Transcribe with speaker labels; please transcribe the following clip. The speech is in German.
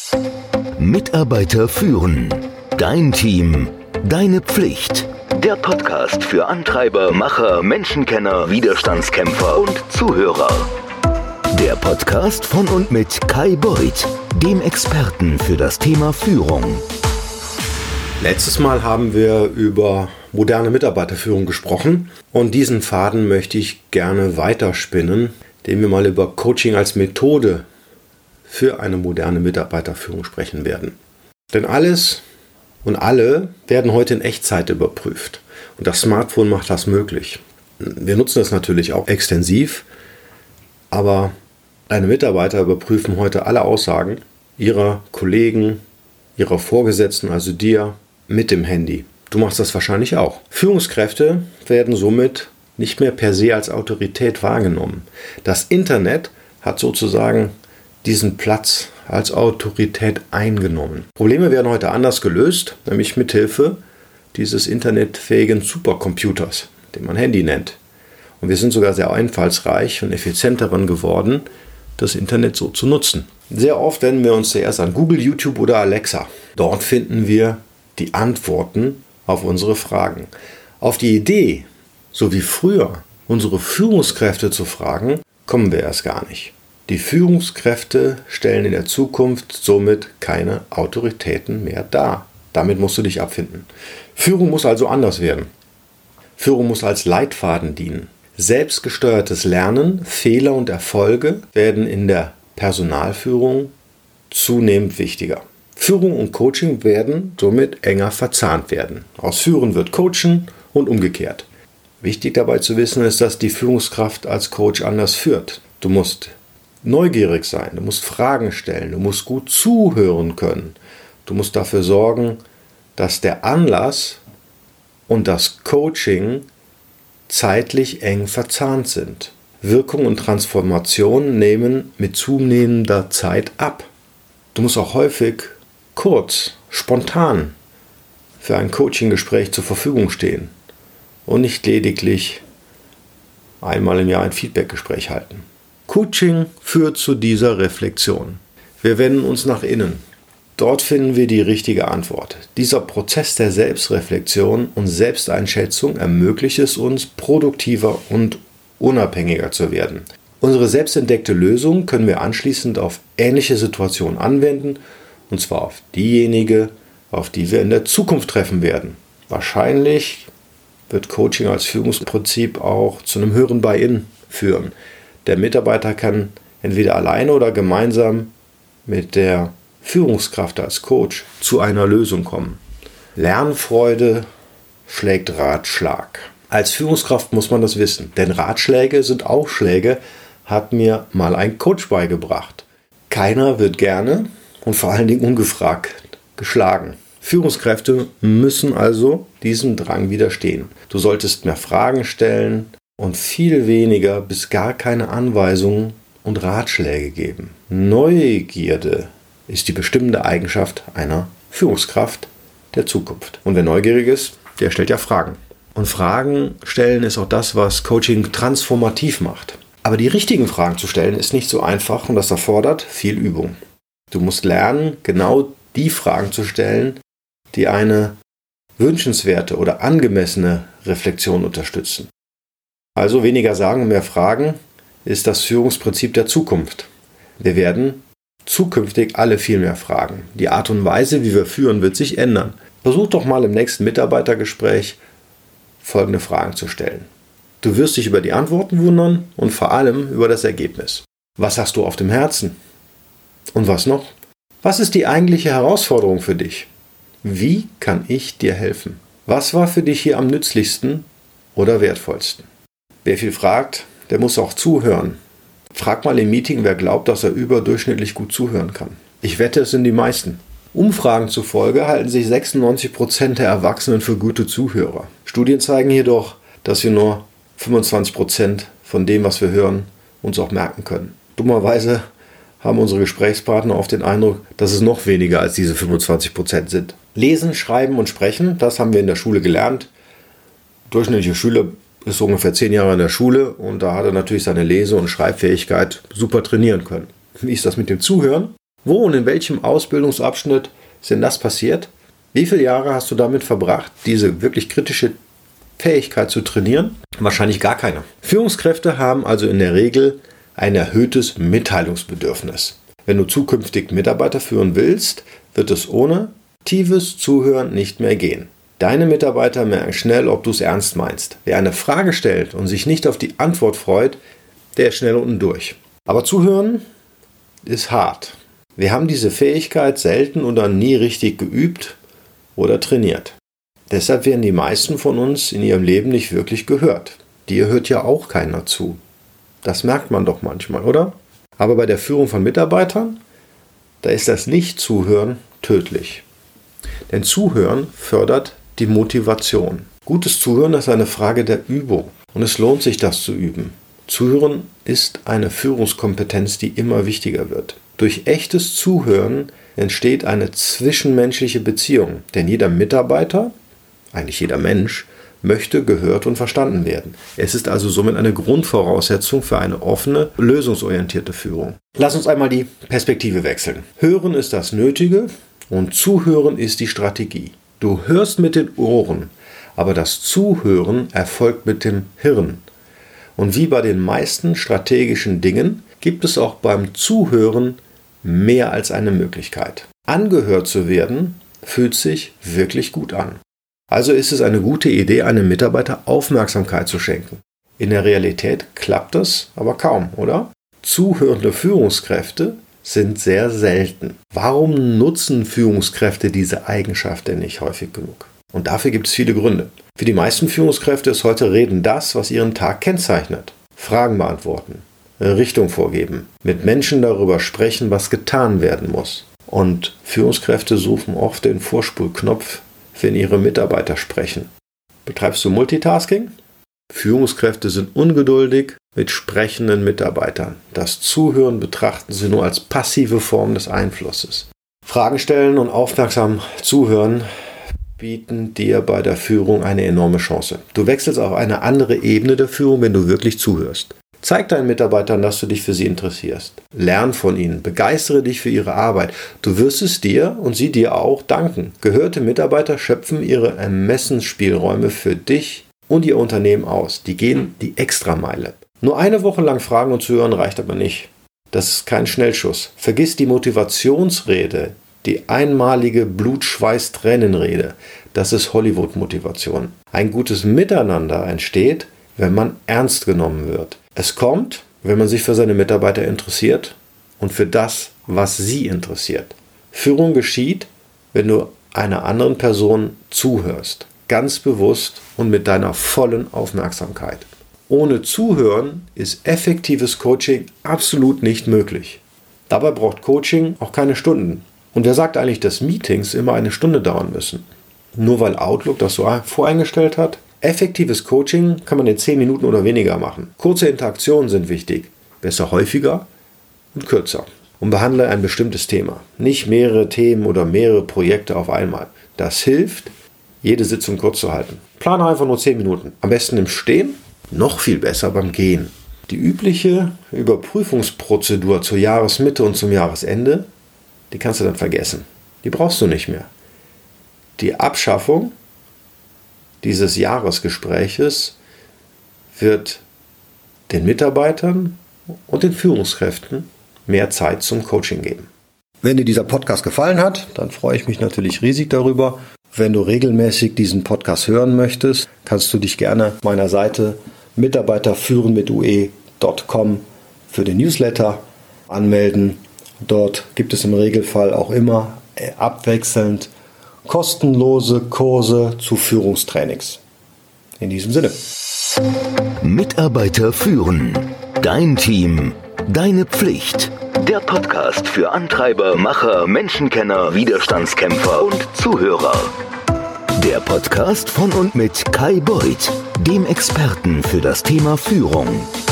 Speaker 1: Mitarbeiter führen. Dein Team. Deine Pflicht. Der Podcast für Antreiber, Macher, Menschenkenner, Widerstandskämpfer und Zuhörer. Der Podcast von und mit Kai Beuth, dem Experten für das Thema Führung.
Speaker 2: Letztes Mal haben wir über moderne Mitarbeiterführung gesprochen und diesen Faden möchte ich gerne weiterspinnen, indem wir mal über Coaching als Methode für eine moderne Mitarbeiterführung sprechen werden. Denn alles und alle werden heute in Echtzeit überprüft und das Smartphone macht das möglich. Wir nutzen das natürlich auch extensiv, aber deine Mitarbeiter überprüfen heute alle Aussagen ihrer Kollegen, ihrer Vorgesetzten, also dir, mit dem Handy. Du machst das wahrscheinlich auch. Führungskräfte werden somit nicht mehr per se als Autorität wahrgenommen. Das Internet hat sozusagen diesen Platz als Autorität eingenommen. Probleme werden heute anders gelöst, nämlich mit Hilfe dieses internetfähigen Supercomputers, den man Handy nennt. Und wir sind sogar sehr einfallsreich und effizient darin geworden, das Internet so zu nutzen. Sehr oft wenden wir uns zuerst an Google, YouTube oder Alexa. Dort finden wir die Antworten auf unsere Fragen. Auf die Idee, so wie früher, unsere Führungskräfte zu fragen, kommen wir erst gar nicht. Die Führungskräfte stellen in der Zukunft somit keine Autoritäten mehr dar. Damit musst du dich abfinden. Führung muss also anders werden. Führung muss als Leitfaden dienen. Selbstgesteuertes Lernen, Fehler und Erfolge werden in der Personalführung zunehmend wichtiger. Führung und Coaching werden somit enger verzahnt werden. Aus Führen wird Coachen und umgekehrt. Wichtig dabei zu wissen ist, dass die Führungskraft als Coach anders führt. Du musst neugierig sein, du musst Fragen stellen, du musst gut zuhören können. Du musst dafür sorgen, dass der Anlass und das Coaching zeitlich eng verzahnt sind. Wirkung und Transformation nehmen mit zunehmender Zeit ab. Du musst auch häufig kurz, spontan für ein Coaching-Gespräch zur Verfügung stehen und nicht lediglich einmal im Jahr ein Feedback-Gespräch halten. Coaching führt zu dieser Reflexion. Wir wenden uns nach innen. Dort finden wir die richtige Antwort. Dieser Prozess der Selbstreflexion und Selbsteinschätzung ermöglicht es uns, produktiver und unabhängiger zu werden. Unsere selbstentdeckte Lösung können wir anschließend auf ähnliche Situationen anwenden, und zwar auf diejenige, auf die wir in der Zukunft treffen werden. Wahrscheinlich wird Coaching als Führungsprinzip auch zu einem höheren Buy-in führen. Der Mitarbeiter kann entweder alleine oder gemeinsam mit der Führungskraft als Coach zu einer Lösung kommen. Lernfreude schlägt Ratschlag. Als Führungskraft muss man das wissen, denn Ratschläge sind auch Schläge, hat mir mal ein Coach beigebracht. Keiner wird gerne und vor allen Dingen ungefragt geschlagen. Führungskräfte müssen also diesem Drang widerstehen. Du solltest mehr Fragen stellen und viel weniger bis gar keine Anweisungen und Ratschläge geben. Neugierde ist die bestimmende Eigenschaft einer Führungskraft der Zukunft. Und wer neugierig ist, der stellt ja Fragen. Und Fragen stellen ist auch das, was Coaching transformativ macht. Aber die richtigen Fragen zu stellen ist nicht so einfach und das erfordert viel Übung. Du musst lernen, genau die Fragen zu stellen, die eine wünschenswerte oder angemessene Reflexion unterstützen. Also weniger sagen und mehr fragen ist das Führungsprinzip der Zukunft. Wir werden zukünftig alle viel mehr fragen. Die Art und Weise, wie wir führen, wird sich ändern. Versuch doch mal im nächsten Mitarbeitergespräch folgende Fragen zu stellen. Du wirst dich über die Antworten wundern und vor allem über das Ergebnis. Was hast du auf dem Herzen? Und was noch? Was ist die eigentliche Herausforderung für dich? Wie kann ich dir helfen? Was war für dich hier am nützlichsten oder wertvollsten? Wer viel fragt, der muss auch zuhören. Frag mal im Meeting, wer glaubt, dass er überdurchschnittlich gut zuhören kann. Ich wette, es sind die meisten. Umfragen zufolge halten sich 96% der Erwachsenen für gute Zuhörer. Studien zeigen jedoch, dass wir nur 25% von dem, was wir hören, uns auch merken können. Dummerweise haben unsere Gesprächspartner oft den Eindruck, dass es noch weniger als diese 25% sind. Lesen, Schreiben und Sprechen, das haben wir in der Schule gelernt. Durchschnittliche Schüler ist so ungefähr 10 Jahre in der Schule und da hat er natürlich seine Lese- und Schreibfähigkeit super trainieren können. Wie ist das mit dem Zuhören? Wo und in welchem Ausbildungsabschnitt ist denn das passiert? Wie viele Jahre hast du damit verbracht, diese wirklich kritische Fähigkeit zu trainieren? Wahrscheinlich gar keine. Führungskräfte haben also in der Regel ein erhöhtes Mitteilungsbedürfnis. Wenn du zukünftig Mitarbeiter führen willst, wird es ohne tiefes Zuhören nicht mehr gehen. Deine Mitarbeiter merken schnell, ob du es ernst meinst. Wer eine Frage stellt und sich nicht auf die Antwort freut, der ist schnell unten durch. Aber Zuhören ist hart. Wir haben diese Fähigkeit selten oder nie richtig geübt oder trainiert. Deshalb werden die meisten von uns in ihrem Leben nicht wirklich gehört. Dir hört ja auch keiner zu. Das merkt man doch manchmal, oder? Aber bei der Führung von Mitarbeitern, da ist das Nicht-Zuhören tödlich. Denn Zuhören fördert die Motivation. Gutes Zuhören ist eine Frage der Übung und es lohnt sich, das zu üben. Zuhören ist eine Führungskompetenz, die immer wichtiger wird. Durch echtes Zuhören entsteht eine zwischenmenschliche Beziehung, denn jeder Mitarbeiter, eigentlich jeder Mensch, möchte gehört und verstanden werden. Es ist also somit eine Grundvoraussetzung für eine offene, lösungsorientierte Führung. Lass uns einmal die Perspektive wechseln. Hören ist das Nötige und Zuhören ist die Strategie. Du hörst mit den Ohren, aber das Zuhören erfolgt mit dem Hirn. Und wie bei den meisten strategischen Dingen gibt es auch beim Zuhören mehr als eine Möglichkeit. Angehört zu werden, fühlt sich wirklich gut an. Also ist es eine gute Idee, einem Mitarbeiter Aufmerksamkeit zu schenken. In der Realität klappt das aber kaum, oder? Zuhörende Führungskräfte sind sehr selten. Warum nutzen Führungskräfte diese Eigenschaft denn nicht häufig genug? Und dafür gibt es viele Gründe. Für die meisten Führungskräfte ist heute Reden das, was ihren Tag kennzeichnet. Fragen beantworten, Richtung vorgeben, mit Menschen darüber sprechen, was getan werden muss. Und Führungskräfte suchen oft den Vorspulknopf, wenn ihre Mitarbeiter sprechen. Betreibst du Multitasking? Führungskräfte sind ungeduldig mit sprechenden Mitarbeitern. Das Zuhören betrachten sie nur als passive Form des Einflusses. Fragen stellen und aufmerksam zuhören bieten dir bei der Führung eine enorme Chance. Du wechselst auf eine andere Ebene der Führung, wenn du wirklich zuhörst. Zeig deinen Mitarbeitern, dass du dich für sie interessierst. Lern von ihnen, begeistere dich für ihre Arbeit. Du wirst es dir und sie dir auch danken. Gehörte Mitarbeiter schöpfen ihre Ermessensspielräume für dich und ihr Unternehmen aus. Die gehen die Extrameile. Nur eine Woche lang fragen und zuhören reicht aber nicht. Das ist kein Schnellschuss. Vergiss die Motivationsrede, die einmalige Blut-Schweiß-Tränenrede. Das ist Hollywood-Motivation. Ein gutes Miteinander entsteht, wenn man ernst genommen wird. Es kommt, wenn man sich für seine Mitarbeiter interessiert und für das, was sie interessiert. Führung geschieht, wenn du einer anderen Person zuhörst, ganz bewusst und mit deiner vollen Aufmerksamkeit. Ohne Zuhören ist effektives Coaching absolut nicht möglich. Dabei braucht Coaching auch keine Stunden. Und wer sagt eigentlich, dass Meetings immer eine Stunde dauern müssen? Nur weil Outlook das so voreingestellt hat? Effektives Coaching kann man in 10 Minuten oder weniger machen. Kurze Interaktionen sind wichtig. Besser häufiger und kürzer. Und behandle ein bestimmtes Thema. Nicht mehrere Themen oder mehrere Projekte auf einmal. Das hilft, jede Sitzung kurz zu halten. Plane einfach nur 10 Minuten. Am besten im Stehen, noch viel besser beim Gehen. Die übliche Überprüfungsprozedur zur Jahresmitte und zum Jahresende, die kannst du dann vergessen. Die brauchst du nicht mehr. Die Abschaffung dieses Jahresgespräches wird den Mitarbeitern und den Führungskräften mehr Zeit zum Coaching geben. Wenn dir dieser Podcast gefallen hat, dann freue ich mich natürlich riesig darüber. Wenn du regelmäßig diesen Podcast hören möchtest, kannst du dich gerne meiner Seite mitarbeiterführenmitue.com für den Newsletter anmelden. Dort gibt es im Regelfall auch immer abwechselnd kostenlose Kurse zu Führungstrainings. In diesem Sinne.
Speaker 1: Mitarbeiter führen. Dein Team. Deine Pflicht. Der Podcast für Antreiber, Macher, Menschenkenner, Widerstandskämpfer und Zuhörer. Der Podcast von und mit Kai Beuth, dem Experten für das Thema Führung.